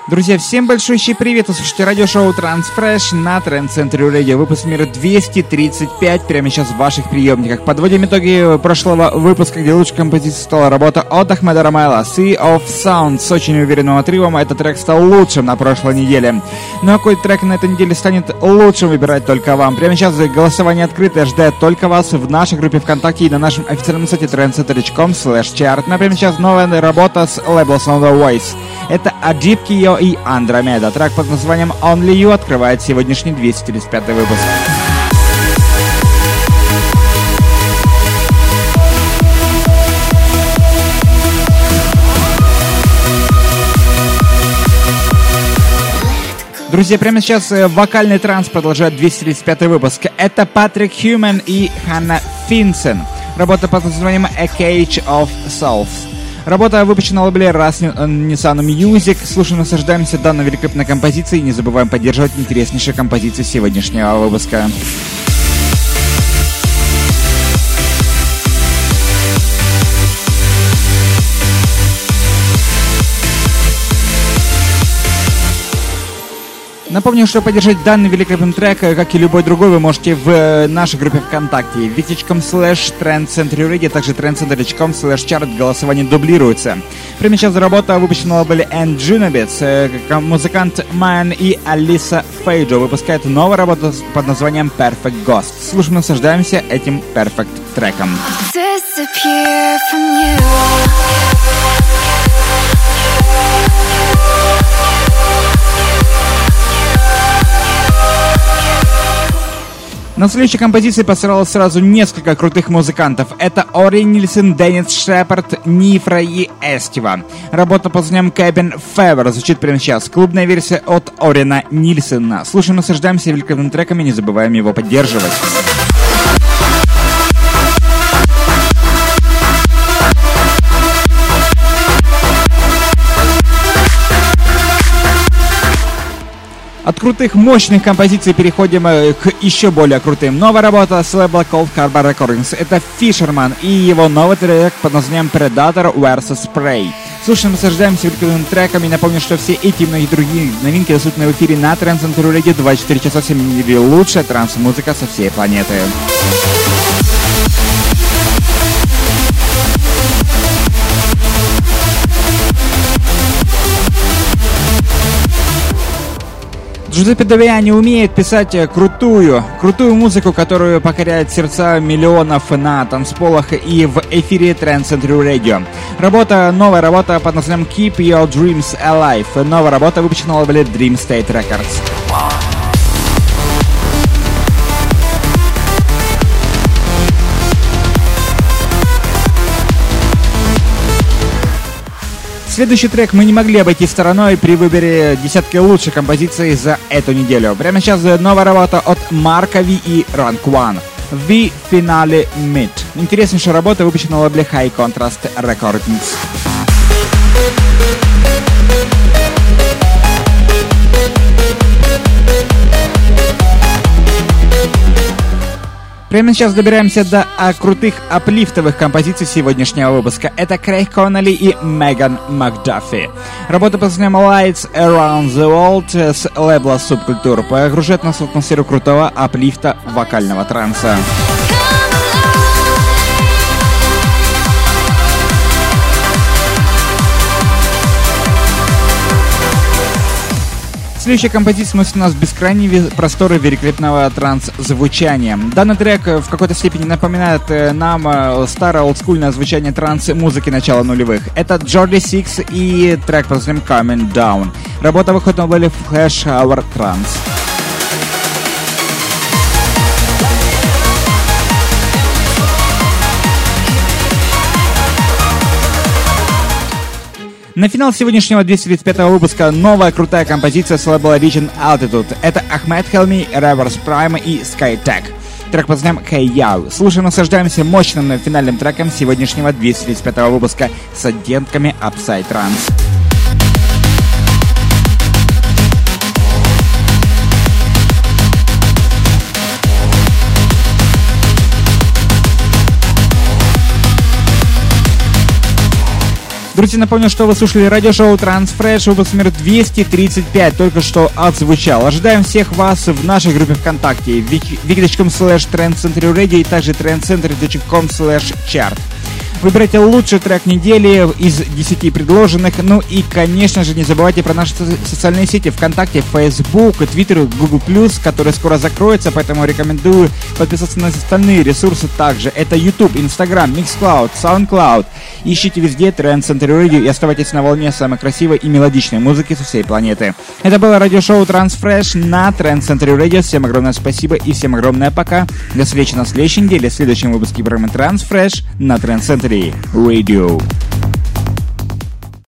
Друзья, всем большущий привет! Вы слушаете радиошоу Transfresh на Trend Century Radio. Выпуск номер 235 прямо сейчас в ваших приемниках. Подводим итоги прошлого выпуска, где лучшей композицией стала работа от Ахмеда Рамайла «Sea of Sound» с очень уверенным отрывом. Этот трек стал лучшим на прошлой неделе. Ну а какой трек на этой неделе станет лучшим, выбирать только вам. Прямо сейчас голосование открытое, ждет только вас в нашей группе ВКонтакте и на нашем официальном сайте trendcenter.com/chart. Ну а прямо сейчас новая работа с лейбла Sound of Voice. Это Аджиб Кио и Андромеда. Трек под названием Only You открывает сегодняшний 235 выпуск. Друзья, прямо сейчас вокальный транс продолжает 235 выпуск. Это Патрик Хьюман и Ханна Финсен. Работа под названием A Cage of Souls. Работа выпущена на лейбле Nissan Music. Слушаем, наслаждаемся данной великолепной композицией и не забываем поддерживать интереснейшие композиции сегодняшнего выпуска. Напомню, что поддержать данный великолепный трек, как и любой другой, вы можете в нашей группе ВКонтакте vk.com/trendcentury, также trendcenter.com/chart. Голосование дублируется. Прямо сейчас работа выпущена на лейбле And Junabits. Музыкант Майан и Алиса Фейджо выпускают новую работу под названием Perfect Ghost. Слушаем, наслаждаемся этим Perfect треком. На следующей композиции постаралось сразу несколько крутых музыкантов. Это Ори Нильсон, Деннис Шепард, Нифра и Эстива. Работа под названием Cabin Fever звучит прямо сейчас. Клубная версия от Орина Нильсона. Слушаем, наслаждаемся великолепным треком и не забываем его поддерживать. От крутых, мощных композиций переходим к еще более крутым. Новая работа с лейбла Cold Harbor Recordings. Это Fisherman и его новый трек под названием Predator vs. Prey. Слушаем, наслаждаемся великолепным треком и напомню, что все эти и многие другие новинки доступны в эфире на Trend Century Radio 24 часа 7 минут. Лучшая транс-музыка со всей планеты. Джузеппе Давиани умеет писать крутую музыку, которую покоряет сердца миллионов на танцполах и в эфире Trend Century Radio. Новая работа под названием Keep Your Dreams Alive. Новая работа выпущена на лейбле Dream State Records. Следующий трек мы не могли обойти стороной при выборе десятки лучших композиций за эту неделю. Прямо сейчас новая работа от Марка Ви и Rank One. We Finally Meet. Интереснейшая работа выпущена на лейбле High Contrast Recordings. Прямо сейчас добираемся до крутых аплифтовых композиций сегодняшнего выпуска. Это Крейг Коннелли и Меган Макдаффи. Работа под названием Lights Around the World с лейбла Subculture погружает нас в атмосферу крутого аплифта вокального транса. Следующая композиция носит у нас бескрайние просторы великолепного транс-звучания. Данный трек в какой-то степени напоминает нам старое олдскульное звучание транс-музыки начала нулевых. Это Jordi Six и трек под названием Coming Down. Работа выходит на лейбле Flash Hour Trance. На финал сегодняшнего 235-го выпуска новая крутая композиция с лейбла Region Altitude. Это Ахмед Хелми, Reverse Prime и Skytech. Трек под названием Hey Yow. Слушаем, наслаждаемся мощным финальным треком сегодняшнего 235-го выпуска с оттенками Upside Trance. Друзья, напомню, что вы слушали радиошоу Transfresh, выпуск номер 235, только что отзвучал. Ожидаем всех вас в нашей группе ВКонтакте wiki.com/trendcenterradio и также trendcenter.com/chart. Выбирайте лучший трек недели из 10 предложенных. Ну и, конечно же, не забывайте про наши социальные сети ВКонтакте, Facebook, Twitter, Google+, которые скоро закроются, поэтому рекомендую подписаться на остальные ресурсы также. Это YouTube, Instagram, Mixcloud, SoundCloud. Ищите везде Trend Center Radio и оставайтесь на волне самой красивой и мелодичной музыки со всей планеты. Это было радиошоу Transfresh на Trend Center Radio. Всем огромное спасибо и всем огромное пока. До встречи на следующей неделе в следующем выпуске программы Transfresh на Trend Center Radio.